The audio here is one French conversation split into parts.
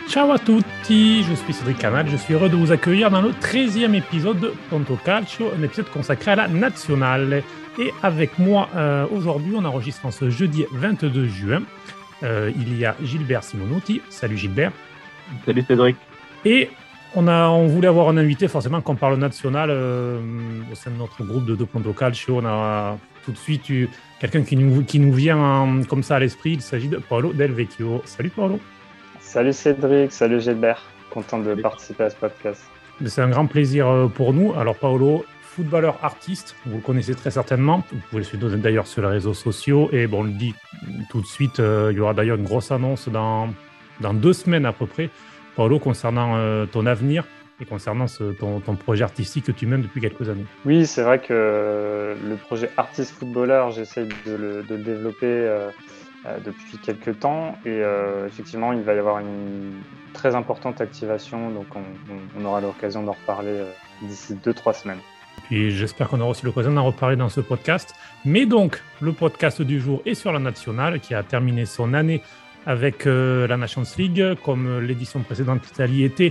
Ciao à tutti, je suis Cédric Canal, je suis heureux de vous accueillir dans le 13e épisode de Ponto Calcio, un épisode consacré à la nationale. Et avec moi aujourd'hui, on enregistre en ce jeudi 22 juin, il y a Gilbert Simonuti. Salut Gilbert. Salut Cédric. Et on voulait avoir un invité, forcément, quand on parle national, au sein de notre groupe de Ponto Calcio, on a tout de suite eu quelqu'un qui nous vient comme ça à l'esprit, il s'agit de Paolo Del Vecchio. Salut Paolo. Salut Cédric, salut Gilbert, content de participer à ce podcast. C'est un grand plaisir pour nous. Alors Paolo, footballeur artiste, vous le connaissez très certainement, vous pouvez le suivre d'ailleurs sur les réseaux sociaux, et bon, on le dit tout de suite, il y aura d'ailleurs une grosse annonce dans 2 semaines à peu près, Paolo, concernant ton avenir et concernant ton projet artistique que tu mènes depuis quelques années. Oui, c'est vrai que le projet artiste footballeur, j'essaie de le développer depuis quelques temps, et effectivement il va y avoir une très importante activation, donc on aura l'occasion d'en reparler d'ici 2-3 semaines. Puis j'espère qu'on aura aussi l'occasion d'en reparler dans ce podcast. Mais donc, le podcast du jour est sur la nationale qui a terminé son année avec la Nations League, comme l'édition précédente l'Italie était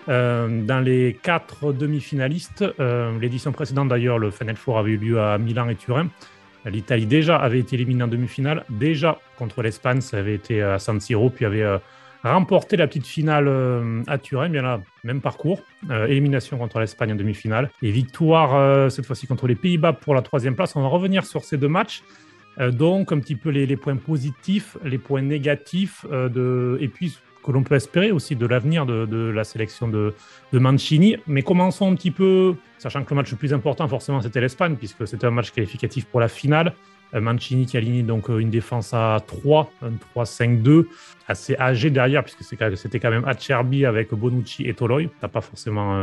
dans les 4 demi-finalistes. L'édition précédente d'ailleurs, le Final Four avait eu lieu à Milan et Turin. L'Italie déjà avait été éliminée en demi-finale, déjà contre l'Espagne, ça avait été à San Siro, puis avait remporté la petite finale à Turin, bien là, même parcours, élimination contre l'Espagne en demi-finale, et victoire cette fois-ci contre les Pays-Bas pour la 3e place. On va revenir sur ces 2 matchs, donc un petit peu les points positifs, les points négatifs, et puis que l'on peut espérer aussi de l'avenir de la sélection de Mancini. Mais commençons un petit peu, sachant que le match le plus important forcément c'était l'Espagne, puisque c'était un match qualificatif pour la finale. Mancini qui aligne donc une défense à 3, un 3-5-2, assez âgé derrière, puisque c'était quand même Acerbi avec Bonucci et Toloi. Ça n'a pas forcément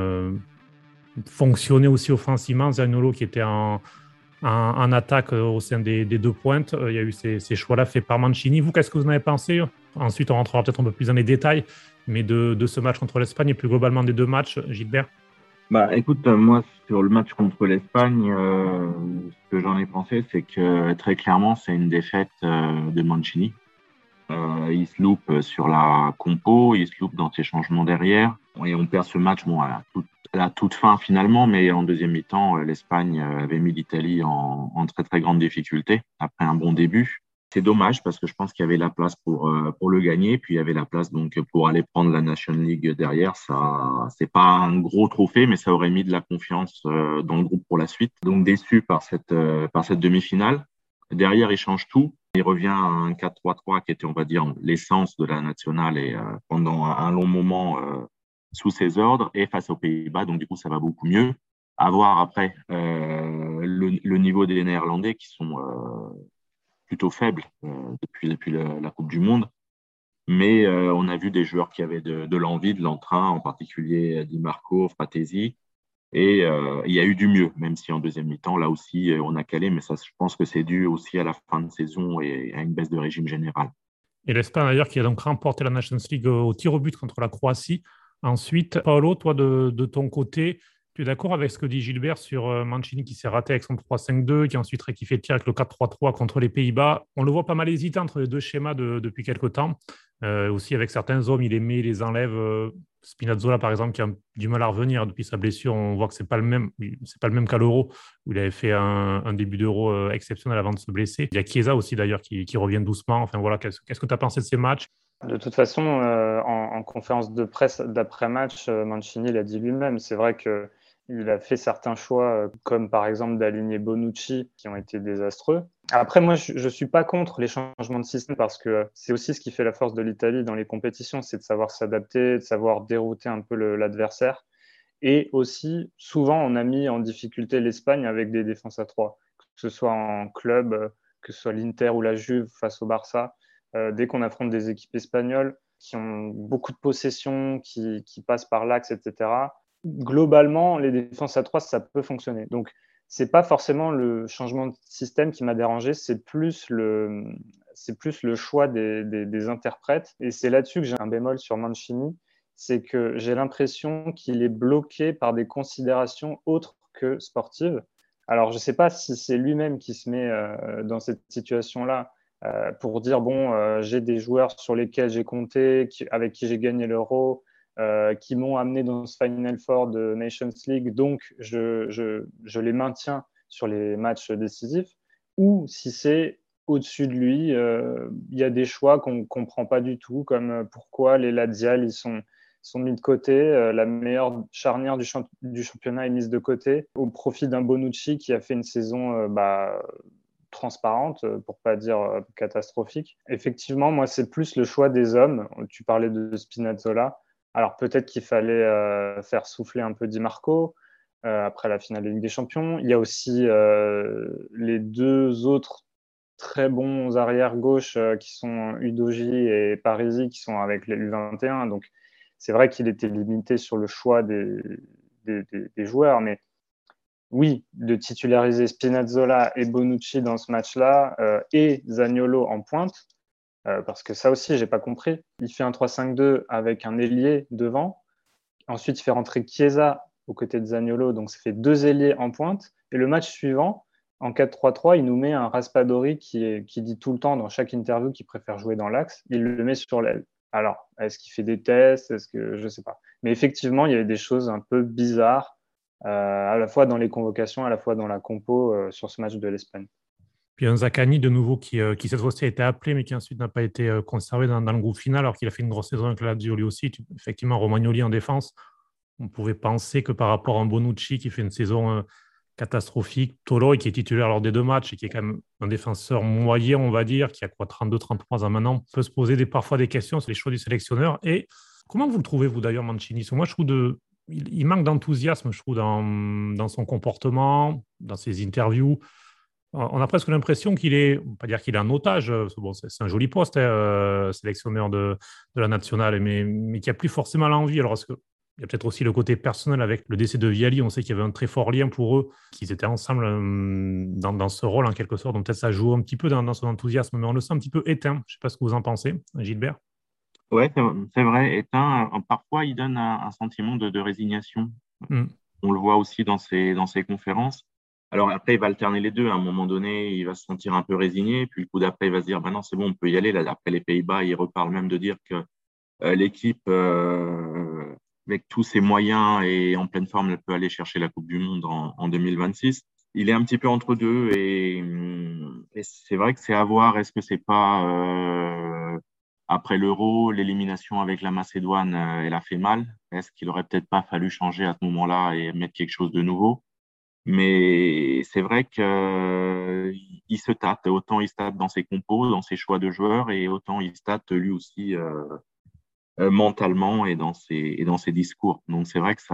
fonctionné aussi offensivement. Zaniolo qui était en attaque au sein des 2 pointes. Il y a eu ces choix-là faits par Mancini. Vous, qu'est-ce que vous en avez pensé ? Ensuite, on rentrera peut-être un peu plus dans les détails, mais de ce match contre l'Espagne et plus globalement des 2 matchs, Gilbert. Écoute, moi sur le match contre l'Espagne, ce que j'en ai pensé, c'est que très clairement, c'est une défaite de Mancini. Il se loupe sur la compo, il se loupe dans ses changements derrière, et on perd ce match à la toute fin finalement, mais en deuxième mi-temps, l'Espagne avait mis l'Italie en très très grande difficulté après un bon début. C'est dommage parce que je pense qu'il y avait la place pour le gagner, puis il y avait la place donc pour aller prendre la National League derrière. Ça, c'est pas un gros trophée, mais ça aurait mis de la confiance dans le groupe pour la suite. Donc déçu par cette demi-finale. Derrière, il change tout. Il revient à un 4-3-3 qui était, on va dire, l'essence de la nationale et pendant un long moment sous ses ordres et face aux Pays-Bas. Donc du coup, ça va beaucoup mieux. À voir après le niveau des Néerlandais qui sont plutôt faible depuis la Coupe du Monde. Mais on a vu des joueurs qui avaient de l'envie, de l'entrain, en particulier Di Marco, Fratesi. Et il y a eu du mieux, même si en deuxième mi-temps, là aussi, on a calé. Mais ça, je pense que c'est dû aussi à la fin de saison et à une baisse de régime général. Et l'Espagne d'ailleurs qui a donc remporté la Nations League au tir au but contre la Croatie. Ensuite, Paolo, toi de ton côté, tu es d'accord avec ce que dit Gilbert sur Mancini qui s'est raté avec son 3-5-2, qui a ensuite rectifié le tir avec le 4-3-3 contre les Pays-Bas. On le voit pas mal hésiter entre les 2 schémas depuis quelques temps. Aussi avec certains hommes, il les met, il les enlève. Spinazzola, par exemple, qui a du mal à revenir depuis sa blessure, on voit que c'est pas le même qu'à l'Euro, où il avait fait un début d'Euro exceptionnel avant de se blesser. Il y a Chiesa aussi, d'ailleurs, qui revient doucement. Enfin, voilà, qu'est-ce que tu as pensé de ces matchs ? De toute façon, en conférence de presse d'après-match, Mancini l'a dit lui-même. C'est vrai qu'il a fait certains choix, comme par exemple d'aligner Bonucci, qui ont été désastreux. Après, moi, je ne suis pas contre les changements de système parce que c'est aussi ce qui fait la force de l'Italie dans les compétitions, c'est de savoir s'adapter, de savoir dérouter un peu l'adversaire. Et aussi, souvent, on a mis en difficulté l'Espagne avec des défenses à 3, que ce soit en club, que ce soit l'Inter ou la Juve face au Barça. Dès qu'on affronte des équipes espagnoles qui ont beaucoup de possession, qui passent par l'axe, etc., globalement, les défenses à 3, ça peut fonctionner. Donc, c'est pas forcément le changement de système qui m'a dérangé, c'est plus le choix des interprètes. Et c'est là-dessus que j'ai un bémol sur Mancini, c'est que j'ai l'impression qu'il est bloqué par des considérations autres que sportives. Alors, je ne sais pas si c'est lui-même qui se met dans cette situation-là pour dire, bon, j'ai des joueurs sur lesquels j'ai compté, avec qui j'ai gagné l'Euro, qui m'ont amené dans ce Final Four de Nations League, donc je les maintiens sur les matchs décisifs, ou si c'est au-dessus de lui, il y a des choix qu'on ne comprend pas du tout, comme pourquoi les Lazial, ils sont mis de côté, la meilleure charnière du championnat est mise de côté, au profit d'un Bonucci qui a fait une saison transparente, pour pas dire catastrophique. Effectivement, moi, c'est plus le choix des hommes. Tu parlais de Spinazzola. Alors peut-être qu'il fallait faire souffler un peu Di Marco après la finale de Ligue des Champions. Il y a aussi les deux autres très bons arrière-gauche qui sont Udogie et Parisi, qui sont avec les U21. Donc c'est vrai qu'il était limité sur le choix des joueurs, mais oui, de titulariser Spinazzola et Bonucci dans ce match-là et Zaniolo en pointe, parce que ça aussi, j'ai pas compris. Il fait un 3-5-2 avec un ailier devant. Ensuite, il fait rentrer Chiesa aux côtés de Zaniolo, donc ça fait 2 ailiers en pointe. Et le match suivant, en 4-3-3, il nous met un Raspadori qui dit tout le temps dans chaque interview qu'il préfère jouer dans l'axe. Il le met sur l'aile. Alors, est-ce qu'il fait des tests? Est-ce que je sais pas. Mais effectivement, il y avait des choses un peu bizarres, à la fois dans les convocations, à la fois dans la compo sur ce match de l'Espagne. Puis un Zaccagni de nouveau qui cette fois-ci a été appelé, mais qui ensuite n'a pas été conservé dans le groupe final, alors qu'il a fait une grosse saison avec la Lazio lui aussi. Effectivement, Romagnoli en défense, on pouvait penser que par rapport à un Bonucci qui fait une saison catastrophique, Toloi qui est titulaire lors des 2 matchs et qui est quand même un défenseur moyen, on va dire, qui a quoi, 32-33 ans maintenant, peut se poser parfois des questions sur les choix du sélectionneur. Et comment vous le trouvez, vous d'ailleurs, Mancini? Moi, je trouve il manque d'enthousiasme, je trouve, dans son comportement, dans ses interviews. On a presque l'impression qu'il est, on va pas dire qu'il est un otage, bon, c'est un joli poste, sélectionneur de la nationale, mais qu'il n'y a plus forcément l'envie. Alors, il y a peut-être aussi le côté personnel avec le décès de Vialli. On sait qu'il y avait un très fort lien pour eux, qu'ils étaient ensemble dans ce rôle en quelque sorte. Donc peut-être ça joue un petit peu dans son enthousiasme, mais on le sent un petit peu éteint. Je ne sais pas ce que vous en pensez, Gilbert. Ouais, c'est vrai. Éteint, parfois, il donne un sentiment de résignation. On le voit aussi dans ses conférences. Alors après, il va alterner les deux. À un moment donné, il va se sentir un peu résigné. Puis le coup d'après, il va se dire, ben non, c'est bon, on peut y aller. Là, après les Pays-Bas, il reparle même de dire que l'équipe, avec tous ses moyens et en pleine forme, elle peut aller chercher la Coupe du Monde en 2026. Il est un petit peu entre deux et c'est vrai que c'est à voir. Est-ce que c'est pas après l'Euro, l'élimination avec la Macédoine, elle a fait mal. Est-ce qu'il aurait peut-être pas fallu changer à ce moment-là et mettre quelque chose de nouveau? Mais c'est vrai qu'il se tâte. Autant il se tâte dans ses compos, dans ses choix de joueurs, et autant il se tâte lui aussi mentalement et dans ses discours. Donc c'est vrai que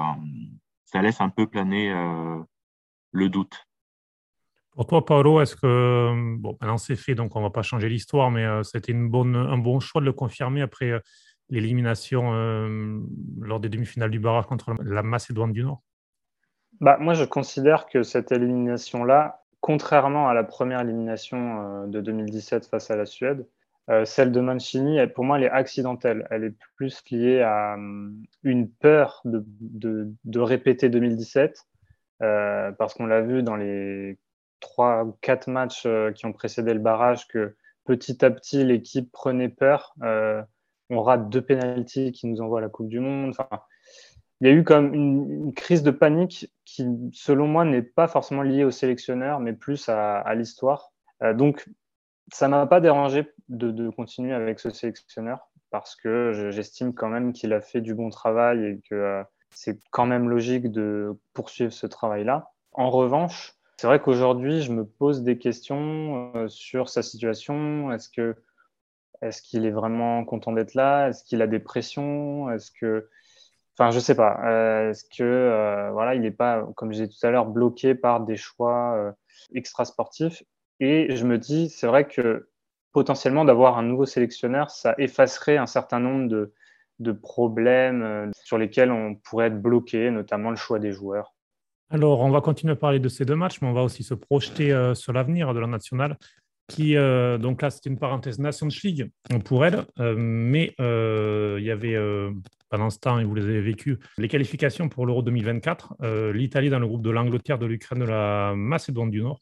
ça laisse un peu planer le doute. Pour toi, Paolo, est-ce que, bon, maintenant c'est fait, donc on ne va pas changer l'histoire, mais c'était un bon choix de le confirmer après l'élimination lors des demi-finales du barrage contre la Macédoine du Nord? Moi, je considère que cette élimination-là, contrairement à la première élimination de 2017 face à la Suède, celle de Mancini, pour moi, elle est accidentelle. Elle est plus liée à une peur de répéter 2017, parce qu'on l'a vu dans les 3 ou 4 matchs qui ont précédé le barrage, que petit à petit, l'équipe prenait peur. On rate 2 pénaltys qui nous envoient à la Coupe du Monde. Enfin, il y a eu comme une crise de panique qui, selon moi, n'est pas forcément liée au sélectionneur, mais plus à l'histoire. Donc, ça ne m'a pas dérangé de continuer avec ce sélectionneur, parce que j'estime quand même qu'il a fait du bon travail et que c'est quand même logique de poursuivre ce travail-là. En revanche, c'est vrai qu'aujourd'hui, je me pose des questions sur sa situation. Est-ce qu'il est vraiment content d'être là? Est-ce qu'il a des pressions? Enfin, je sais pas. Est-ce que voilà, il n'est pas, comme je disais tout à l'heure, bloqué par des choix extrasportifs? Et je me dis, c'est vrai que potentiellement d'avoir un nouveau sélectionneur, ça effacerait un certain nombre de problèmes sur lesquels on pourrait être bloqué, notamment le choix des joueurs. Alors, on va continuer à parler de ces 2 matchs, mais on va aussi se projeter sur l'avenir de la nationale, qui, donc là, c'était une parenthèse Nations League pour elle, mais il y avait, pendant ce temps, et vous les avez vécu, les qualifications pour l'Euro 2024, l'Italie dans le groupe de l'Angleterre, de l'Ukraine, de la Macédoine du Nord.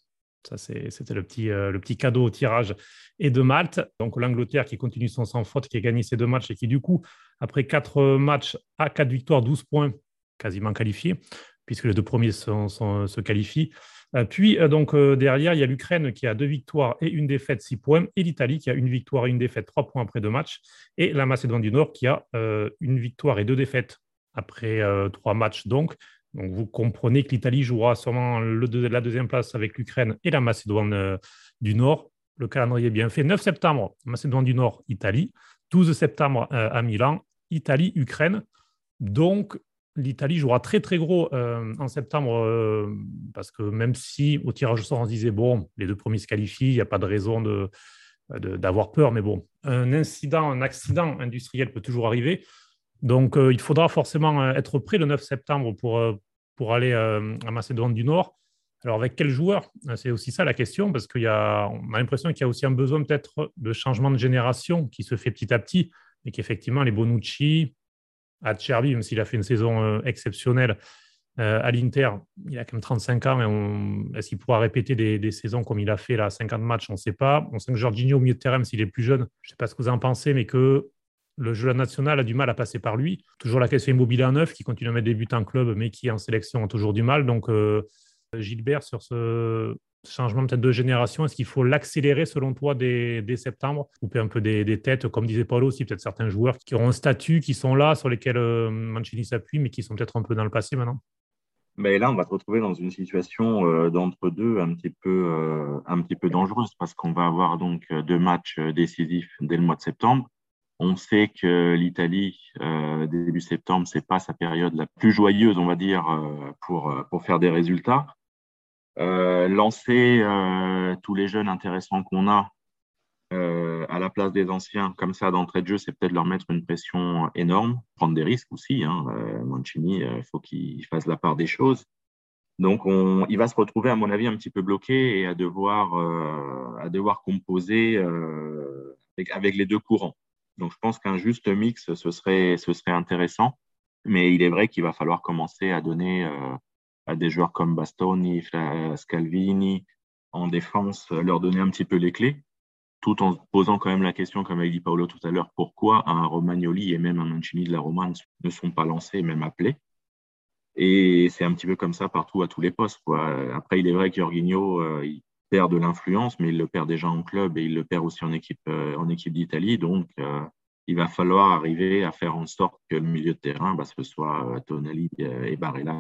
Ça, c'était le petit cadeau au tirage. Et de Malte, donc l'Angleterre qui continue son sans faute, qui a gagné ses 2 matchs et qui, du coup, après 4 matchs à 4 victoires, 12 points, quasiment qualifiés, puisque les 2 premiers se qualifient. Puis, derrière, il y a l'Ukraine qui a 2 victoires et 1 défaite, 6 points, et l'Italie qui a 1 victoire et 1 défaite, 3 points après 2 matchs, et la Macédoine du Nord qui a 1 victoire et 2 défaites après 3 matchs. Donc, vous comprenez que l'Italie jouera sûrement la deuxième place avec l'Ukraine et la Macédoine du Nord. Le calendrier est bien fait. 9 septembre, Macédoine du Nord, Italie. 12 septembre à Milan, Italie, Ukraine. Donc, l'Italie jouera très, très gros en septembre parce que même si au tirage au sort, on se disait, bon, les 2 premiers se qualifient, il n'y a pas de raison d'avoir peur. Mais bon, un accident industriel peut toujours arriver. Donc, il faudra forcément être prêt le 9 septembre pour aller à Macédoine du Nord. Alors, avec quel joueur? C'est aussi ça la question, parce qu'on a l'impression qu'il y a aussi un besoin peut-être de changement de génération qui se fait petit à petit, et qu'effectivement, les Bonucci, Acerbi, même s'il a fait une saison exceptionnelle à l'Inter, il a quand même 35 ans, et est-ce qu'il pourra répéter des saisons comme il a fait là, 50 matchs? On ne sait pas. On sait que Jorginho au milieu de terrain, même s'il est plus jeune, je ne sais pas ce que vous en pensez, mais que le jeu national a du mal à passer par lui. Toujours la question Immobile en neuf, qui continue à mettre des buts en club, mais qui en sélection a toujours du mal. Donc, Gilbert, sur ce changement peut-être de génération, est-ce qu'il faut l'accélérer selon toi dès septembre? Couper un peu des têtes, comme disait Paolo aussi, peut-être certains joueurs qui auront un statut, qui sont là, sur lesquels Mancini s'appuie, mais qui sont peut-être un peu dans le passé maintenant. Mais là, on va se retrouver dans une situation d'entre-deux un petit peu dangereuse parce qu'on va avoir donc 2 matchs décisifs dès le mois de septembre. On sait que l'Italie, début septembre, c'est pas sa période la plus joyeuse, on va dire, pour faire des résultats. Lancer tous les jeunes intéressants qu'on a à la place des anciens, comme ça, d'entrée de jeu, c'est peut-être leur mettre une pression énorme, prendre des risques aussi. Mancini, il faut qu'il fasse la part des choses. Donc, il va se retrouver, à mon avis, un petit peu bloqué et à devoir composer avec les 2 courants. Donc, je pense qu'un juste mix, ce serait intéressant. Mais il est vrai qu'il va falloir commencer à donner à des joueurs comme Bastoni, Scalvini, en défense, leur donner un petit peu les clés, tout en posant quand même la question, comme a dit Paolo tout à l'heure, pourquoi un Romagnoli et même un Mancini de la Roma ne sont pas lancés, même appelés. Et c'est un petit peu comme ça partout, à tous les postes, quoi. Après, il est vrai que Jorginho, il perd de l'influence, mais il le perd déjà en club et il le perd aussi en équipe d'Italie. Donc, il va falloir arriver à faire en sorte que le milieu de terrain, ce soit Tonali et Barella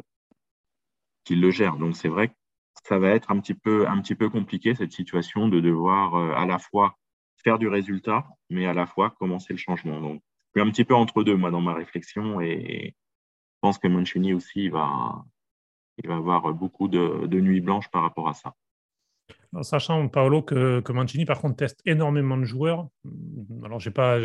qui le gèrent. Donc, c'est vrai que ça va être un petit peu compliqué, cette situation de devoir à la fois faire du résultat, mais à la fois commencer le changement. Donc, je suis un petit peu entre deux, moi, dans ma réflexion, et je pense que Mancini aussi il va avoir beaucoup de nuits blanches par rapport à ça. En sachant, Paolo, que Mancini, par contre, teste énormément de joueurs. Alors,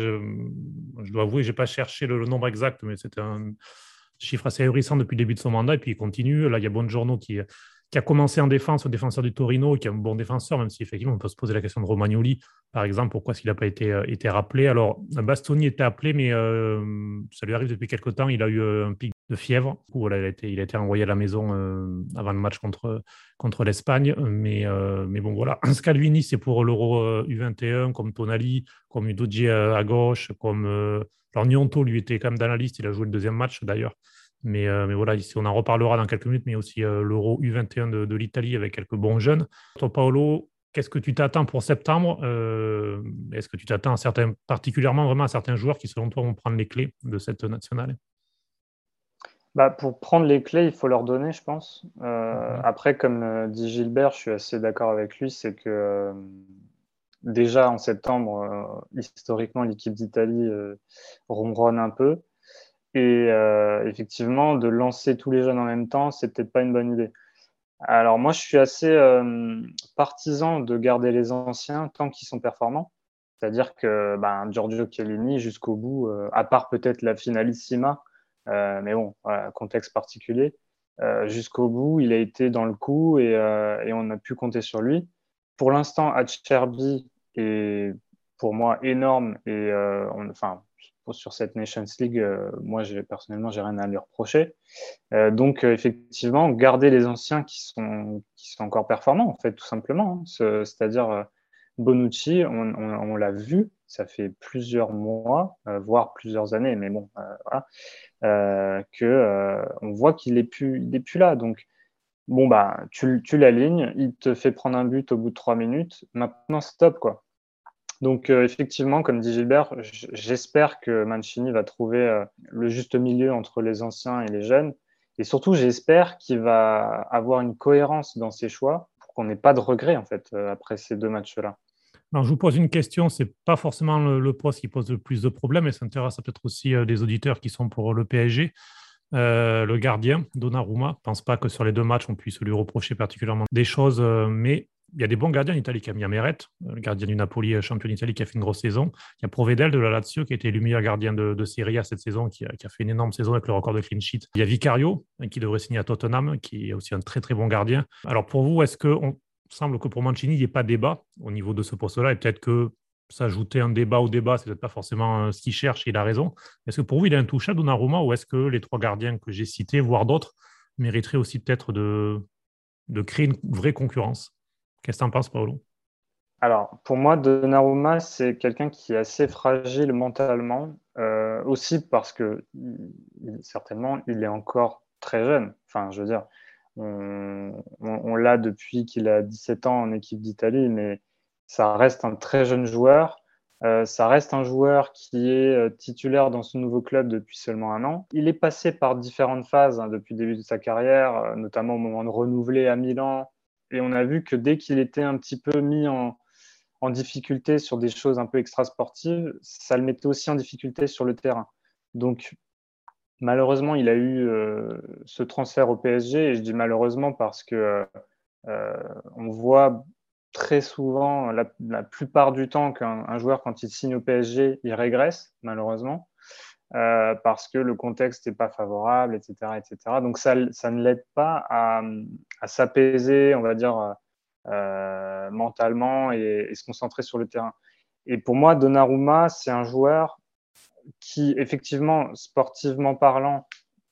je dois avouer, je n'ai pas cherché le nombre exact, mais c'est un chiffre assez ahurissant depuis le début de son mandat. Et puis, il continue. Là, il y a Buongiorno qui a commencé en défense, au défenseur du Torino, qui est un bon défenseur, même si effectivement, on peut se poser la question de Romagnoli, par exemple, pourquoi est-ce qu'il n'a pas été rappelé. Alors, Bastoni était appelé, mais ça lui arrive depuis quelques temps. Il a eu un pic de fièvre. Du coup, voilà, il a été envoyé à la maison avant le match contre l'Espagne. Mais bon, voilà. Scalvini, c'est pour l'Euro U21, comme Tonali, comme Udogie à gauche, comme. Alors, Gnonto, lui, était quand même dans la liste. Il a joué le deuxième match, d'ailleurs. Mais voilà, ici, on en reparlera dans quelques minutes, mais aussi l'Euro U21 de l'Italie avec quelques bons jeunes. Toi, Paolo, qu'est-ce que tu t'attends pour septembre? Est-ce que tu t'attends particulièrement vraiment à certains joueurs qui, selon toi, vont prendre les clés de cette nationale? Pour prendre les clés, il faut leur donner, je pense. Après, comme dit Gilbert, je suis assez d'accord avec lui, c'est que déjà en septembre, historiquement, l'équipe d'Italie ronronne un peu. Et effectivement, de lancer tous les jeunes en même temps, c'est peut-être pas une bonne idée. Alors moi, je suis assez partisan de garder les anciens tant qu'ils sont performants. C'est-à-dire que Giorgio Chiellini, jusqu'au bout, à part peut-être la finalissima, mais bon, voilà, contexte particulier, jusqu'au bout, il a été dans le coup et on a pu compter sur lui. Pour l'instant, Acerbi est pour moi énorme et sur cette Nations League, moi, personnellement, j'ai rien à lui reprocher. Donc, effectivement, garder les anciens qui sont encore performants, en fait, tout simplement. C'est-à-dire Bonucci, on l'a vu, ça fait plusieurs mois, voire plusieurs années, mais bon, voilà, on voit qu'il est plus là. Donc, bon, bah, tu l'alignes, il te fait prendre un but au bout de 3 minutes. Maintenant, stop, quoi. Donc, effectivement, comme dit Gilbert, j'espère que Mancini va trouver le juste milieu entre les anciens et les jeunes. Et surtout, j'espère qu'il va avoir une cohérence dans ses choix pour qu'on n'ait pas de regrets, en fait, après ces 2 matchs-là. Alors, je vous pose une question, ce n'est pas forcément le poste qui pose le plus de problèmes, mais ça intéresse peut-être aussi des auditeurs qui sont pour le PSG. Le gardien, Donnarumma, je ne pense pas que sur les 2 matchs, on puisse lui reprocher particulièrement des choses, mais il y a des bons gardiens en Italie. Il y a Meret, le gardien du Napoli, champion d'Italie, qui a fait une grosse saison. Il y a Provedel de la Lazio, qui a été le meilleur gardien de Serie A cette saison, qui a fait une énorme saison avec le record de clean sheet. Il y a Vicario, qui devrait signer à Tottenham, qui est aussi un très très bon gardien. Alors pour vous, est-ce qu'on semble que pour Mancini, il n'y ait pas de débat au niveau de ce poste-là, et peut-être que s'ajouter un débat au débat, c'est peut-être pas forcément ce qu'il cherche, et il a raison. Est-ce que pour vous, il est intouchable, Donnarumma, ou est-ce que les 3 gardiens que j'ai cités, voire d'autres, mériteraient aussi peut-être de créer une vraie concurrence? Qu'est-ce que tu en penses, Paolo? Alors, pour moi, Donnarumma, c'est quelqu'un qui est assez fragile mentalement, aussi parce que certainement, il est encore très jeune. Enfin, je veux dire, on l'a depuis qu'il a 17 ans en équipe d'Italie, mais ça reste un très jeune joueur. Ça reste un joueur qui est titulaire dans ce nouveau club depuis seulement 1 an. Il est passé par différentes phases depuis le début de sa carrière, notamment au moment de renouveler à Milan. Et on a vu que dès qu'il était un petit peu mis en difficulté sur des choses un peu extrasportives, ça le mettait aussi en difficulté sur le terrain. Donc, malheureusement, il a eu ce transfert au PSG, et je dis malheureusement parce que on voit très souvent, la plupart du temps, qu'un joueur, quand il signe au PSG, il régresse, malheureusement, parce que le contexte n'est pas favorable, etc., etc. Donc, ça ne l'aide pas à s'apaiser, on va dire, mentalement et se concentrer sur le terrain. Et pour moi, Donnarumma, c'est un joueur qui, effectivement, sportivement parlant,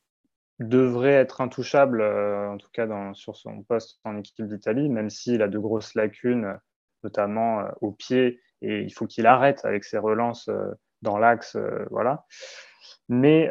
devrait être intouchable, en tout cas sur son poste en équipe d'Italie, même s'il a de grosses lacunes, notamment au pied, et il faut qu'il arrête avec ses relances dans l'axe, voilà. Mais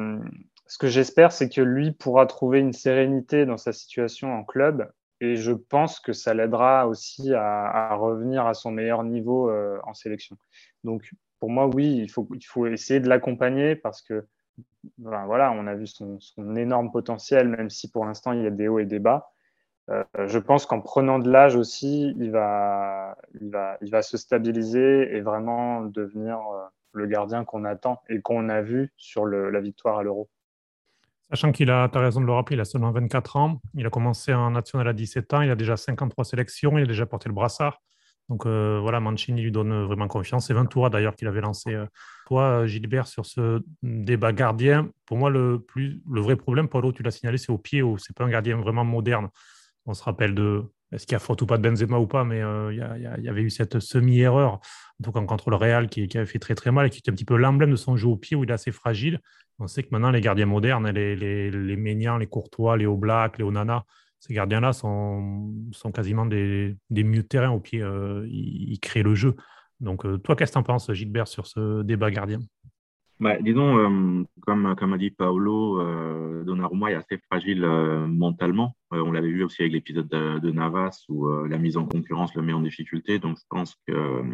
ce que j'espère, c'est que lui pourra trouver une sérénité dans sa situation en club, et je pense que ça l'aidera aussi à revenir à son meilleur niveau en sélection. Donc, pour moi, oui, il faut essayer de l'accompagner parce que ben voilà, on a vu son énorme potentiel, même si pour l'instant, il y a des hauts et des bas. Je pense qu'en prenant de l'âge aussi, il va se stabiliser et vraiment devenir le gardien qu'on attend et qu'on a vu sur la victoire à l'Euro. Sachant tu as raison de le rappeler, il a seulement 24 ans. Il a commencé en national à 17 ans. Il a déjà 53 sélections. Il a déjà porté le brassard. Donc voilà, Mancini lui donne vraiment confiance. C'est Ventura d'ailleurs qu'il avait lancé. Toi, Gilbert, sur ce débat gardien, pour moi, le vrai problème, Paulo, tu l'as signalé, c'est au pied, où c'est pas un gardien vraiment moderne. On se rappelle de est-ce qu'il y a faute ou pas de Benzema ou pas, mais il y avait eu cette semi-erreur, en tout cas contre le Real, qui avait fait très très mal et qui était un petit peu l'emblème de son jeu au pied, où il est assez fragile. On sait que maintenant, les gardiens modernes, les Maignan, les Courtois, les Oblak, les Onana, ces gardiens-là sont quasiment des milieux de terrain au pied. Ils créent le jeu. Donc, toi, qu'est-ce que tu en penses, Gilbert, sur ce débat gardien? Bah, disons, comme a dit Paolo, Donnarumma est assez fragile mentalement. On l'avait vu aussi avec l'épisode de Navas où la mise en concurrence le met en difficulté. Donc, je pense que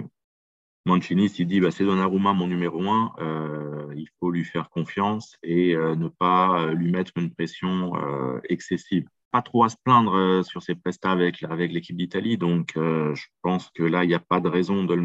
Mancini s'il dit bah, c'est Donnarumma mon numéro 1, il faut lui faire confiance et ne pas lui mettre une pression excessive. Pas trop à se plaindre sur ses prestats avec l'équipe d'Italie. Donc, je pense que là, il n'y a pas de raison de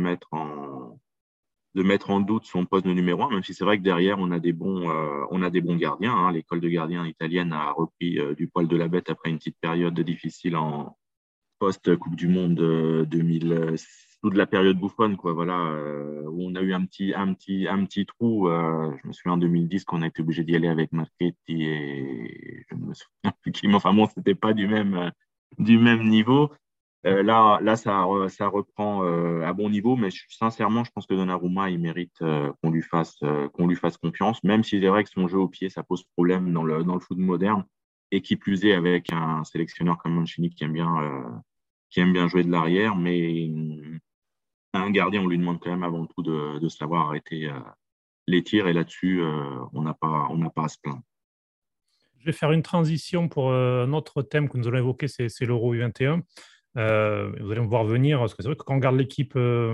mettre en doute son poste de numéro 1, même si c'est vrai que derrière, on a des bons gardiens. Hein. L'école de gardiens italienne a repris du poil de la bête après une petite période difficile en post-Coupe du Monde 2000, toute la période bouffonne, quoi, voilà, où on a eu un petit trou. Je me souviens en 2010 qu'on a été obligé d'y aller avec Marchetti et je ne me souviens plus qui, mais enfin bon, c'était pas du même niveau. Ça reprend à bon niveau, mais sincèrement, je pense que Donnarumma, il mérite qu'on lui fasse confiance, même si c'est vrai que son jeu au pied, ça pose problème dans le foot moderne, et qui plus est avec un sélectionneur comme Mancini qui aime bien jouer de l'arrière, mais un gardien, on lui demande quand même avant tout de savoir arrêter les tirs, et là-dessus, on n'a pas à se plaindre. Je vais faire une transition pour un autre thème que nous allons évoquer, c'est l'Euro U21. Vous allez me voir venir, parce que c'est vrai que quand on regarde l'équipe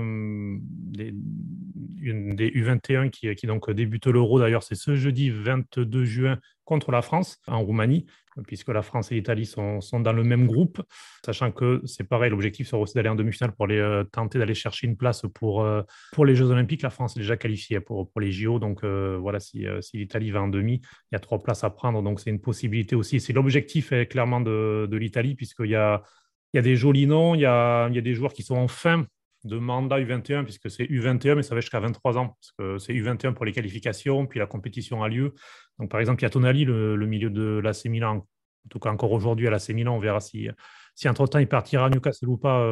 des U21 qui donc débute l'Euro, d'ailleurs, c'est ce jeudi 22 juin contre la France en Roumanie, puisque la France et l'Italie sont dans le même groupe, sachant que c'est pareil, l'objectif sera aussi d'aller en demi-finale pour tenter d'aller chercher une place pour les Jeux Olympiques. La France est déjà qualifiée pour les JO, donc voilà, si l'Italie va en demi, il y a 3 places à prendre, donc c'est une possibilité aussi. C'est l'objectif clairement de l'Italie, puisqu'il y a des jolis noms, il y a des joueurs qui sont en fin de mandat U21, puisque c'est U21, mais ça va jusqu'à 23 ans, parce que c'est U21 pour les qualifications, puis la compétition a lieu. Donc, par exemple, il y a Tonali, le milieu de l'AC Milan, en tout cas encore aujourd'hui à l'AC Milan, on verra si entre-temps il partira à Newcastle ou pas.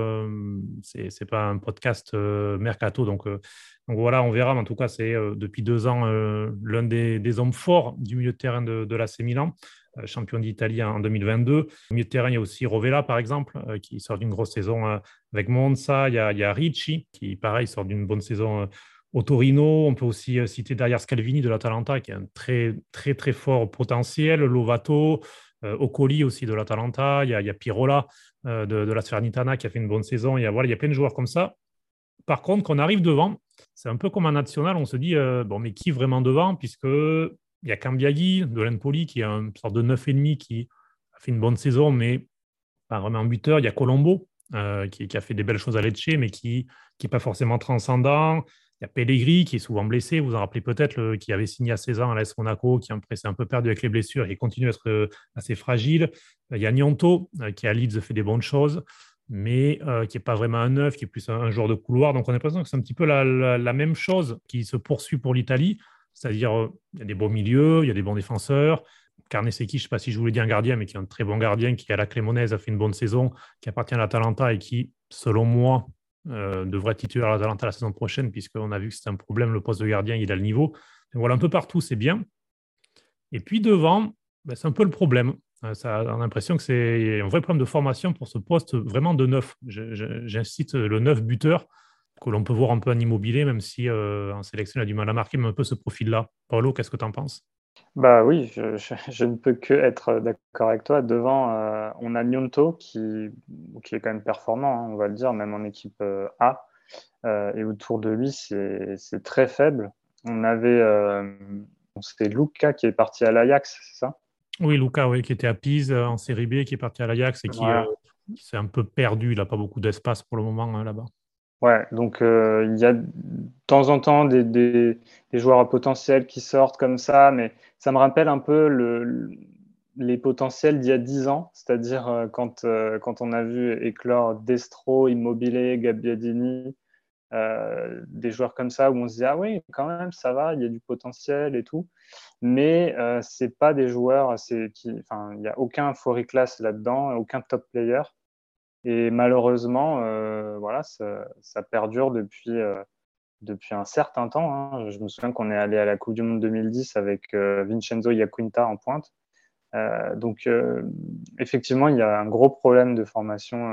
C'est pas un podcast mercato, donc voilà, on verra. Mais en tout cas, c'est depuis 2 ans l'un des hommes forts du milieu de terrain de l'AC Milan, champion d'Italie en 2022. Au milieu de terrain, il y a aussi Rovella, par exemple, qui sort d'une grosse saison avec Monza. Il y a Ricci, qui, pareil, sort d'une bonne saison au Torino. On peut aussi citer derrière Scalvini de l'Atalanta, qui a un très, très, très fort potentiel. Lovato, Ocoli aussi de l'Atalanta. Il y a Pirola de la Salernitana qui a fait une bonne saison. Il y a plein de joueurs comme ça. Par contre, quand on arrive devant, c'est un peu comme en national, on se dit, bon, mais qui vraiment devant? Puisque il y a Cambiaghi de l'Empoli qui est une sorte de 9,5 qui a fait une bonne saison, mais pas vraiment buteur. Il y a Colombo qui a fait des belles choses à Lecce, mais qui n'est pas forcément transcendant. Il y a Pellegrini qui est souvent blessé, vous en rappelez peut-être, qui avait signé à 16 ans à l'AS Monaco, qui après s'est un peu perdu avec les blessures et continue à être assez fragile. Il y a Gnonto qui à Leeds fait des bonnes choses, mais qui n'est pas vraiment un neuf, qui est plus un joueur de couloir. Donc on a l'impression que c'est un petit peu la même chose qui se poursuit pour l'Italie, c'est-à-dire il y a des bons milieux, il y a des bons défenseurs. Carnesecchi, je ne sais pas si je voulais dire un gardien, mais qui est un très bon gardien, qui à la Cremonese a fait une bonne saison, qui appartient à l'Atalanta et qui, selon moi, devrait être titulaire à l'Atalanta la saison prochaine, puisqu'on a vu que c'était un problème, le poste de gardien, il a le niveau. Donc voilà, un peu partout, c'est bien. Et puis devant, ben, c'est un peu le problème. Ça, on a l'impression que c'est un vrai problème de formation pour ce poste vraiment de neuf. J'incite le neuf buteur, que l'on peut voir un peu en immobilier, même si en sélection, il a du mal à marquer, mais un peu ce profil-là. Paolo, qu'est-ce que tu en penses? Bah oui, je ne peux que être d'accord avec toi. Devant, on a Gnonto qui est quand même performant, hein, on va le dire, même en équipe A. Et autour de lui, c'est très faible. On avait, c'était Luca qui est parti à l'Ajax, c'est ça? Oui, Luca, oui, qui était à Pise en Série B, qui est parti à l'Ajax et Voilà. qui s'est un peu perdu. Il n'a pas beaucoup d'espace pour le moment hein, là-bas. Ouais, donc il y a de temps en temps des joueurs à potentiel qui sortent comme ça, mais ça me rappelle un peu les potentiels d'il y a 10 ans, c'est-à-dire quand on a vu éclore Destro, Immobile, Gabbiadini, des joueurs comme ça où on se dit ah oui, quand même, ça va, il y a du potentiel et tout, mais c'est pas des joueurs, enfin, il n'y a aucun Fory class là-dedans, aucun top player. Et malheureusement, voilà, ça perdure depuis un certain temps, hein. Je me souviens qu'on est allé à la Coupe du Monde 2010 avec Vincenzo Iaquinta en pointe. Donc, effectivement, il y a un gros problème de formation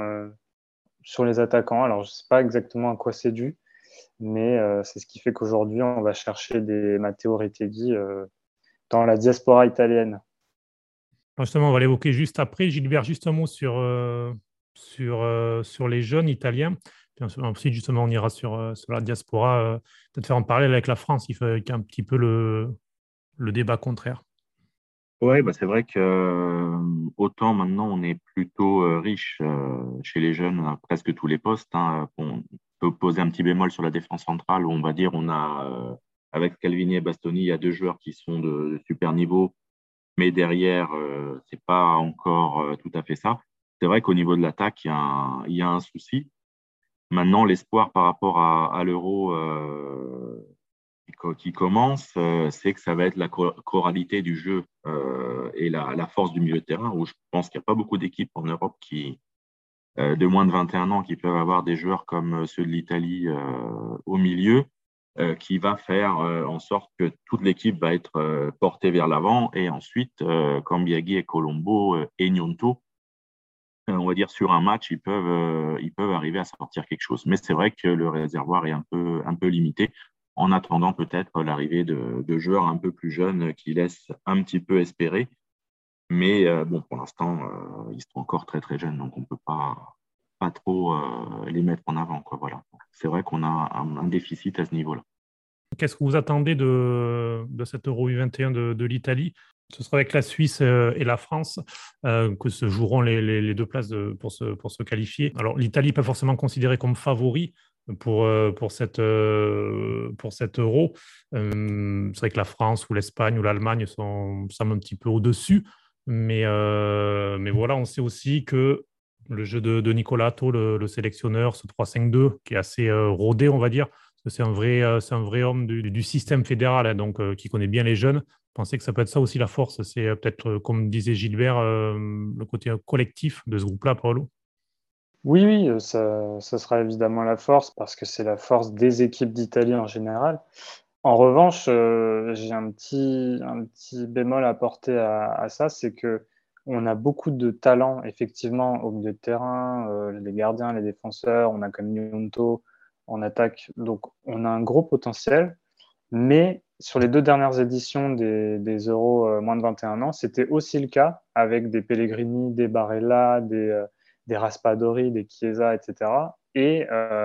sur les attaquants. Alors, je ne sais pas exactement à quoi c'est dû, mais c'est ce qui fait qu'aujourd'hui, on va chercher des Matteo Retegui dans la diaspora italienne. Justement, on va l'évoquer juste après. Gilbert, juste un mot sur les jeunes italiens. Puis ensuite, justement, on ira sur la diaspora, peut-être faire en parallèle avec la France, qui fait un petit peu le débat contraire. Ouais, bah c'est vrai que autant maintenant on est plutôt riche chez les jeunes à presque tous les postes, hein. On peut poser un petit bémol sur la défense centrale où on va dire on a avec Calvini et Bastoni, il y a 2 joueurs qui sont de super niveau, mais derrière c'est pas encore tout à fait ça. C'est vrai qu'au niveau de l'attaque, il y a un souci. Maintenant, l'espoir par rapport à l'Euro qui commence, c'est que ça va être la choralité du jeu et la force du milieu de terrain, où je pense qu'il n'y a pas beaucoup d'équipes en Europe de moins de 21 ans qui peuvent avoir des joueurs comme ceux de l'Italie au milieu, qui va faire en sorte que toute l'équipe va être portée vers l'avant. Et ensuite, Cambiaghi et Colombo et Gnonto, on va dire sur un match, ils peuvent arriver à sortir quelque chose. Mais c'est vrai que le réservoir est un peu limité, en attendant peut-être l'arrivée de joueurs un peu plus jeunes qui laissent un petit peu espérer. Mais bon, pour l'instant, ils sont encore très très jeunes, donc on ne peut pas trop les mettre en avant, quoi. Voilà. C'est vrai qu'on a un déficit à ce niveau-là. Qu'est-ce que vous attendez de cet Euro U21 de l'Italie? Ce sera avec la Suisse et la France que se joueront les deux places pour se qualifier. Alors, l'Italie pas forcément considérée comme favori pour cet Euro. C'est vrai que la France ou l'Espagne ou l'Allemagne semblent un petit peu au-dessus. Mais voilà, on sait aussi que le jeu de Nicolas Hatto, le sélectionneur, ce 3-5-2, qui est assez rodé, on va dire, parce que c'est un vrai homme du système fédéral, hein, donc qui connaît bien les jeunes. Pensez que ça peut être ça aussi la force. C'est peut-être, comme disait Gilbert, le côté collectif de ce groupe-là, Paolo. Oui, oui, ça sera évidemment la force parce que c'est la force des équipes d'Italie en général. En revanche, j'ai un petit bémol à apporter à ça, c'est que on a beaucoup de talent effectivement au milieu de terrain, les gardiens, les défenseurs, on a comme Gnonto en attaque, donc on a un gros potentiel. Mais sur les deux dernières éditions des Euros moins de 21 ans, c'était aussi le cas avec des Pellegrini, des Barella, des Raspadori, des Chiesa, etc. Et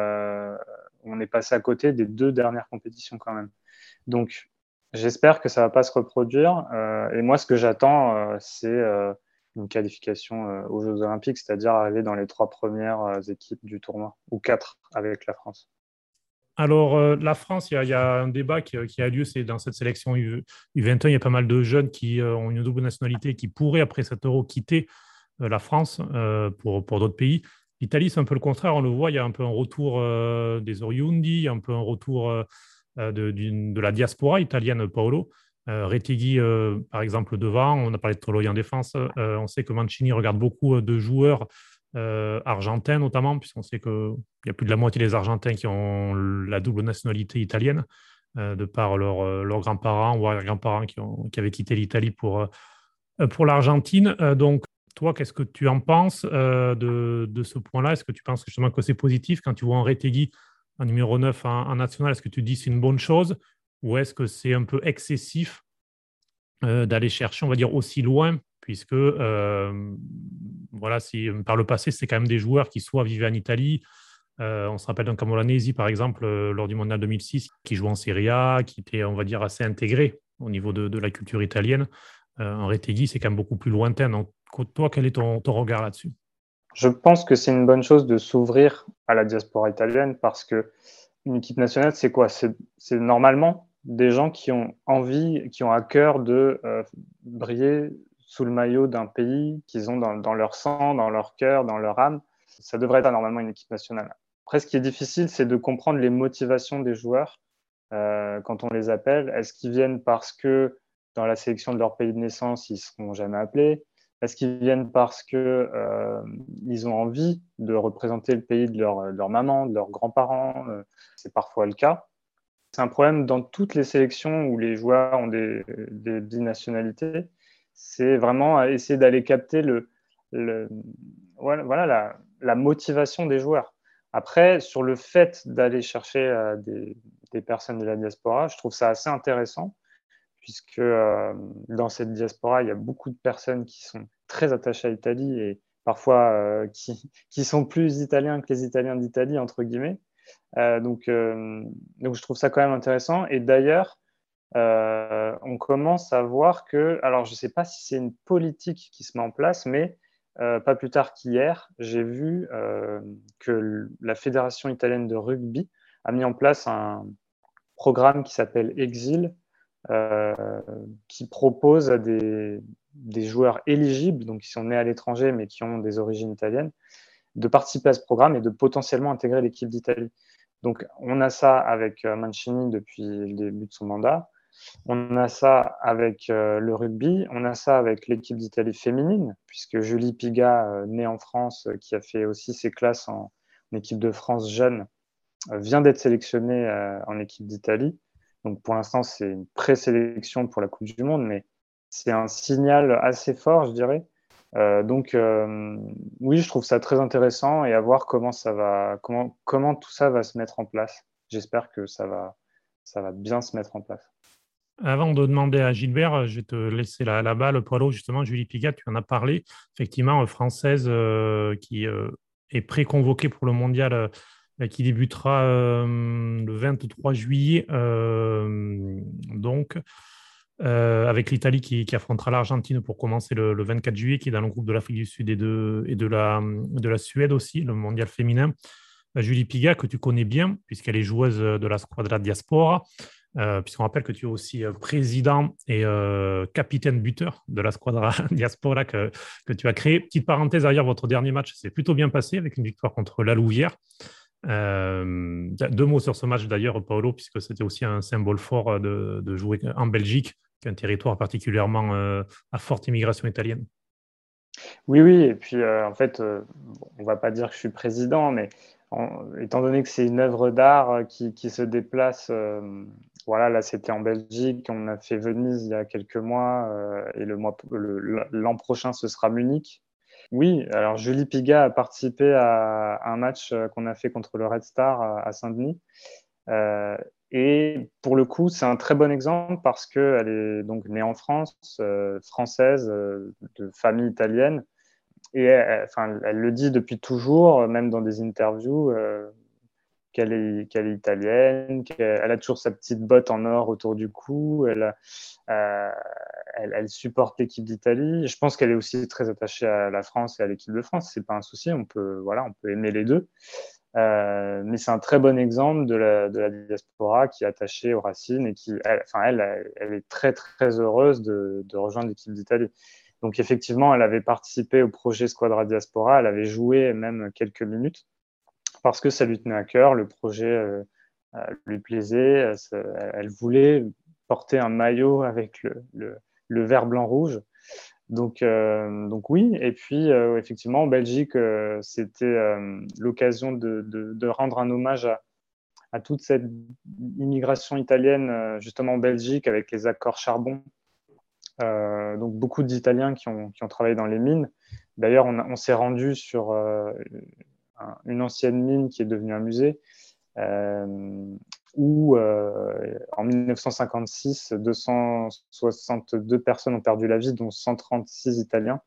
on est passé à côté des deux dernières compétitions quand même. Donc, j'espère que ça ne va pas se reproduire. Et moi, ce que j'attends, c'est une qualification aux Jeux Olympiques, c'est-à-dire arriver dans les trois premières équipes du tournoi, ou quatre avec la France. Alors, la France, il y a un débat qui a lieu, c'est dans cette sélection U21, il y a pas mal de jeunes qui ont une double nationalité et qui pourraient, après cet Euro, quitter la France pour d'autres pays. L'Italie, c'est un peu le contraire, on le voit, il y a un peu un retour des Oriundi, il y a un peu un retour de la diaspora italienne, Paolo. Retegui, par exemple, devant, on a parlé de Toloi en défense, on sait que Mancini regarde beaucoup de joueurs argentins notamment, puisqu'on sait qu'il y a plus de la moitié des Argentins qui ont la double nationalité italienne, de par leurs grands-parents ou arrière-grands-parents qui avaient quitté l'Italie pour l'Argentine. Donc, toi, qu'est-ce que tu en penses de ce point-là? Est-ce que tu penses justement que c'est positif quand tu vois un Retegui en numéro 9 en national? Est-ce que tu dis c'est une bonne chose ou est-ce que c'est un peu excessif d'aller chercher, on va dire, aussi loin, puisque voilà, si par le passé, c'est quand même des joueurs qui soit vivaient en Italie. On se rappelle d'un Camoranesi, par exemple, lors du Mondial 2006, qui jouait en Serie A, qui était, on va dire, assez intégré au niveau de la culture italienne. Un Retegui, c'est quand même beaucoup plus lointain. Donc, toi, quel est ton regard là-dessus? Je pense que c'est une bonne chose de s'ouvrir à la diaspora italienne parce que une équipe nationale, c'est quoi? C'est normalement des gens qui ont envie, qui ont à cœur de briller sous le maillot d'un pays qu'ils ont dans leur sang, dans leur cœur, dans leur âme. Ça devrait être normalement une équipe nationale. Après, ce qui est difficile, c'est de comprendre les motivations des joueurs quand on les appelle. Est-ce qu'ils viennent parce que dans la sélection de leur pays de naissance, ils ne seront jamais appelés? Est-ce qu'ils viennent parce que ils ont envie de représenter le pays de leur maman, de leurs grands-parents? C'est parfois le cas. C'est un problème dans toutes les sélections où les joueurs ont des binationalités. C'est vraiment essayer d'aller capter voilà, la motivation des joueurs. Après, sur le fait d'aller chercher des personnes de la diaspora, je trouve ça assez intéressant puisque dans cette diaspora, il y a beaucoup de personnes qui sont très attachées à l'Italie et parfois qui sont plus italiens que les Italiens d'Italie, entre guillemets. Donc, je trouve ça quand même intéressant. Et d'ailleurs, on commence à voir que, alors je ne sais pas si c'est une politique qui se met en place, mais pas plus tard qu'hier, j'ai vu que la Fédération italienne de rugby a mis en place un programme qui s'appelle Exil, euh, qui propose à des joueurs éligibles, donc qui sont nés à l'étranger mais qui ont des origines italiennes, de participer à ce programme et de potentiellement intégrer l'équipe d'Italie. Donc on a ça avec Mancini depuis le début de son mandat. On a ça avec le rugby, on a ça avec l'équipe d'Italie féminine, puisque Julie Piga, née en France, qui a fait aussi ses classes en équipe de France jeune, vient d'être sélectionnée en équipe d'Italie. Donc pour l'instant, c'est une présélection pour la Coupe du Monde, mais c'est un signal assez fort, je dirais. Oui, je trouve ça très intéressant et à voir comment tout ça va se mettre en place. J'espère que ça va bien se mettre en place. Avant de demander à Gilbert, je vais te laisser la balle. Poilo, justement, Julie Pigat, tu en as parlé. Effectivement, française qui est pré-convoquée pour le mondial qui débutera le 23 juillet. Avec l'Italie qui affrontera l'Argentine pour commencer le 24 juillet, qui est dans le groupe de l'Afrique du Sud et de la Suède aussi, le mondial féminin. Julie Pigat, que tu connais bien, puisqu'elle est joueuse de la Squadra Diaspora. Puisqu'on rappelle que tu es aussi président et capitaine buteur de la Squadra Diaspora que tu as créée. Petite parenthèse derrière, votre dernier match s'est plutôt bien passé avec une victoire contre la Louvière. 2 mots sur ce match d'ailleurs, Paolo, puisque c'était aussi un symbole fort de jouer en Belgique, qui est un territoire particulièrement à forte immigration italienne. Oui, et puis en fait, on ne va pas dire que je suis président, mais étant donné que c'est une œuvre d'art qui se déplace, voilà, là c'était en Belgique, on a fait Venise il y a quelques mois, et l'an prochain ce sera Munich. Oui, alors Julie Piga a participé à un match qu'on a fait contre le Red Star à Saint-Denis. Et pour le coup, c'est un très bon exemple parce qu'elle est donc née en France, française, de famille italienne. Et elle le dit depuis toujours, même dans des interviews, qu'elle est italienne, qu'elle a toujours sa petite botte en or autour du cou, elle supporte l'équipe d'Italie. Je pense qu'elle est aussi très attachée à la France et à l'équipe de France. C'est pas un souci, on peut aimer les deux. Mais c'est un très bon exemple de la diaspora qui est attachée aux racines et qui, elle est très très heureuse de rejoindre l'équipe d'Italie. Donc effectivement, elle avait participé au projet Squadra Diaspora, elle avait joué même quelques minutes parce que ça lui tenait à cœur, le projet lui plaisait, elle voulait porter un maillot avec le vert, blanc, rouge. Donc oui, et puis effectivement en Belgique, c'était l'occasion de rendre un hommage à toute cette immigration italienne justement en Belgique avec les accords charbon. Donc beaucoup d'Italiens qui ont travaillé dans les mines. D'ailleurs, on s'est rendu sur une ancienne mine qui est devenue un musée, où en 1956, 262 personnes ont perdu la vie, dont 136 Italiens.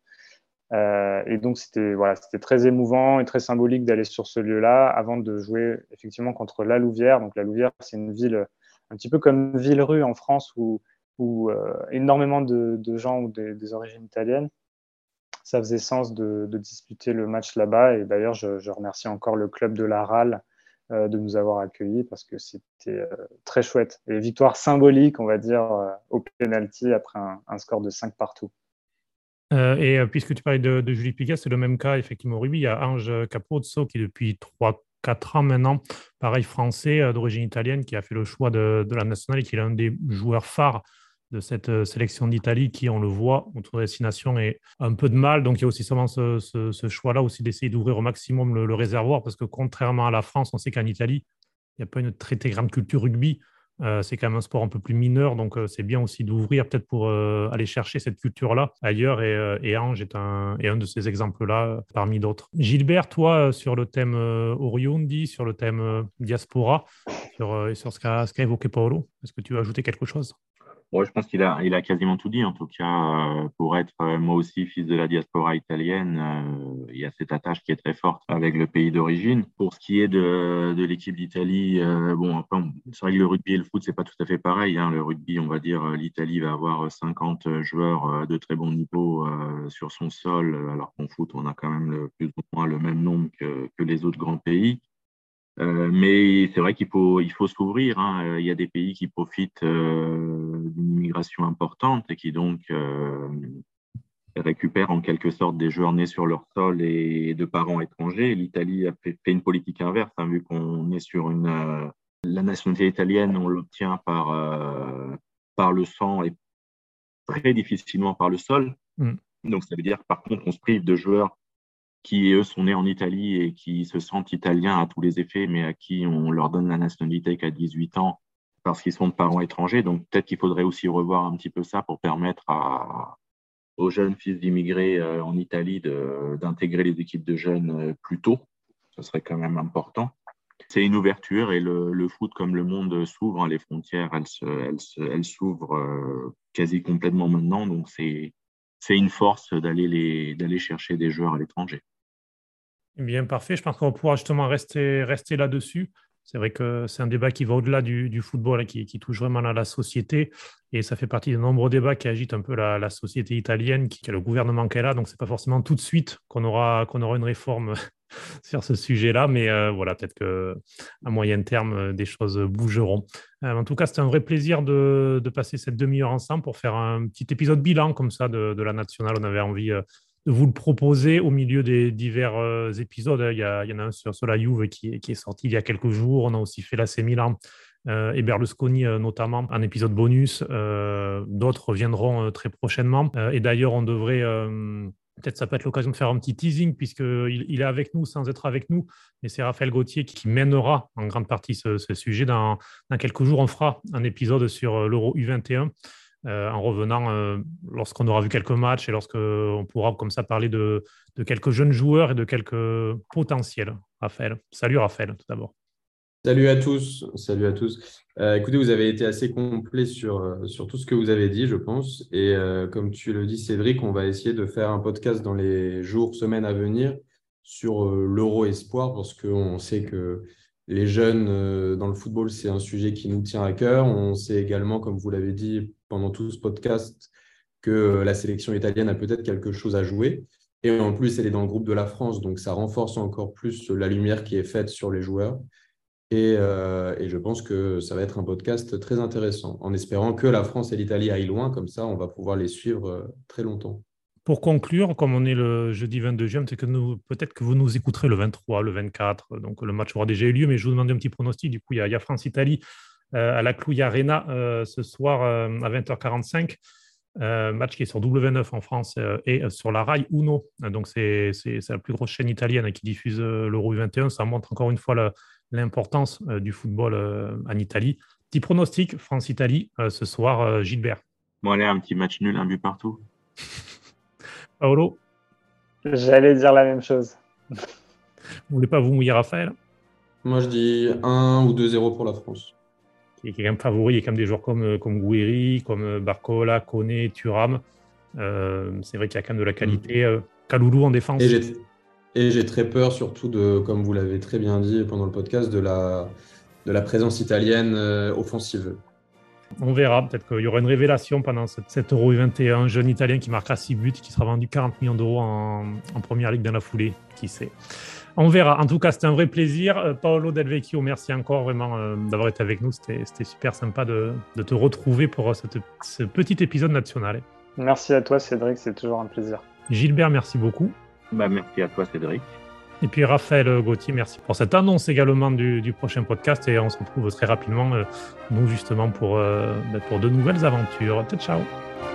Et donc, c'était très émouvant et très symbolique d'aller sur ce lieu-là avant de jouer effectivement contre la Louvière. Donc, la Louvière, c'est une ville un petit peu comme Villerue en France où énormément de gens ont des origines italiennes. Ça faisait sens de disputer le match là-bas. Et d'ailleurs, je remercie encore le club de la RAL de nous avoir accueillis parce que c'était très chouette. Et victoire symbolique, on va dire, au penalty après un score de 5 partout. Puisque tu parlais de Julie Pigat, c'est le même cas effectivement au rugby. Il y a Ange Capozzo qui depuis 3-4 ans maintenant, pareil français d'origine italienne, qui a fait le choix de la nationale et qui est l'un des joueurs phares de cette sélection d'Italie qui, on le voit, autour des destinations est un peu de mal. Donc il y a aussi seulement ce choix-là aussi d'essayer d'ouvrir au maximum le réservoir parce que contrairement à la France, on sait qu'en Italie, il n'y a pas une très, très grande culture rugby. C'est quand même un sport un peu plus mineur, donc c'est bien aussi d'ouvrir peut-être pour aller chercher cette culture-là ailleurs. Et Ange est un de ces exemples-là parmi d'autres. Gilbert, toi, sur le thème Oriundi, sur le thème diaspora, sur ce qu'a évoqué Paolo, est-ce que tu veux ajouter quelque chose? Ouais, je pense qu'il a quasiment tout dit. En tout cas, pour être moi aussi fils de la diaspora italienne, il y a cette attache qui est très forte avec le pays d'origine. Pour ce qui est de l'équipe d'Italie, c'est vrai que le rugby et le foot, c'est pas tout à fait pareil. Hein. Le rugby, on va dire, l'Italie va avoir 50 joueurs de très bon niveau sur son sol, alors qu'en foot, on a quand même plus ou moins le même nombre que les autres grands pays. Mais c'est vrai qu'il faut s'ouvrir. Hein. Il y a des pays qui profitent d'une immigration importante et qui donc récupèrent en quelque sorte des joueurs nés sur leur sol et de parents étrangers. L'Italie a fait une politique inverse, hein, vu qu'on est sur la nationalité italienne, on l'obtient par par le sang et très difficilement par le sol. Donc, ça veut dire, par contre, on se prive de joueurs qui, eux, sont nés en Italie et qui se sentent italiens à tous les effets, mais à qui on leur donne la nationalité qu'à 18 ans parce qu'ils sont de parents étrangers. Donc, peut-être qu'il faudrait aussi revoir un petit peu ça pour permettre aux jeunes fils d'immigrés en Italie d'intégrer les équipes de jeunes plus tôt. Ce serait quand même important. C'est une ouverture et le foot, comme le monde s'ouvre, les frontières, elles s'ouvrent quasi complètement maintenant. Donc, c'est une force d'aller chercher des joueurs à l'étranger. Bien, parfait. Je pense qu'on va pouvoir justement rester là-dessus. C'est vrai que c'est un débat qui va au-delà du football, qui touche vraiment à la société. Et ça fait partie des nombreux débats qui agitent un peu la société italienne, qui a le gouvernement qu'elle a. Donc, ce n'est pas forcément tout de suite qu'on aura une réforme sur ce sujet-là. Mais voilà, peut-être qu'à moyen terme, des choses bougeront. En tout cas, c'était un vrai plaisir de passer cette demi-heure ensemble pour faire un petit épisode bilan comme ça de la nationale. On avait envie de vous le proposer au milieu des divers épisodes. Il y en a un sur la Juve qui est sorti il y a quelques jours. On a aussi fait l'AC Milan et Berlusconi notamment, un épisode bonus. D'autres viendront très prochainement. Et d'ailleurs, on devrait... peut-être ça peut être l'occasion de faire un petit teasing puisqu'il est avec nous sans être avec nous. Mais c'est Raphaël Gauthier qui mènera en grande partie ce sujet. Dans quelques jours, on fera un épisode sur l'Euro U21 en revenant lorsqu'on aura vu quelques matchs et lorsqu'on pourra comme ça parler de quelques jeunes joueurs et de quelques potentiels. Raphaël. Salut Raphaël, tout d'abord. Salut à tous. Salut à tous. Écoutez, vous avez été assez complet sur tout ce que vous avez dit, je pense. Et comme tu le dis, Cédric, on va essayer de faire un podcast dans les jours, semaines à venir sur l'Euro Espoir parce qu'on sait que les jeunes dans le football, c'est un sujet qui nous tient à cœur. On sait également, comme vous l'avez dit pendant tout ce podcast, que la sélection italienne a peut-être quelque chose à jouer. Et en plus, elle est dans le groupe de la France, donc ça renforce encore plus la lumière qui est faite sur les joueurs. Et je pense que ça va être un podcast très intéressant, en espérant que la France et l'Italie aillent loin, comme ça on va pouvoir les suivre très longtemps. Pour conclure, comme on est le jeudi 22 juin, c'est que peut-être que vous nous écouterez le 23, le 24, donc le match aura déjà eu lieu, mais je vous demande un petit pronostic. Du coup, il y a France-Italie à la Clouy Arena ce soir à 20h45. Match qui est sur W9 en France et sur la Rai Uno. Donc, c'est la plus grosse chaîne italienne qui diffuse l'Euro U21. Ça montre encore une fois l'importance du football en Italie. Petit pronostic, France-Italie ce soir, Gilbert. Bon, allez, un petit match nul, un but partout. Paolo? J'allais dire la même chose. Vous voulez pas vous mouiller, Raphaël? Moi, je dis 1 ou 2-0 pour la France. Qui est quand même favori. Il y a quand même des joueurs comme Guiri, comme Barcola, Koné, Thuram. C'est vrai qu'il y a quand même de la qualité. Kaloulou en défense. Et j'ai très peur, surtout comme vous l'avez très bien dit pendant le podcast, de la présence italienne offensive. On verra. Peut-être qu'il y aura une révélation pendant cette Euro U21. Un jeune Italien qui marquera 6 buts, qui sera vendu 40 millions d'euros en première ligue dans la foulée. Qui sait? On verra. En tout cas, c'était un vrai plaisir. Paolo Del Vecchio, merci encore vraiment d'avoir été avec nous. C'était super sympa de te retrouver pour ce petit épisode national. Merci à toi, Cédric. C'est toujours un plaisir. Gilbert, merci beaucoup. Merci à toi, Cédric. Et puis Raphaël Gauthier, merci pour cette annonce également du prochain podcast. Et on se retrouve très rapidement, nous justement, pour de nouvelles aventures. Ciao.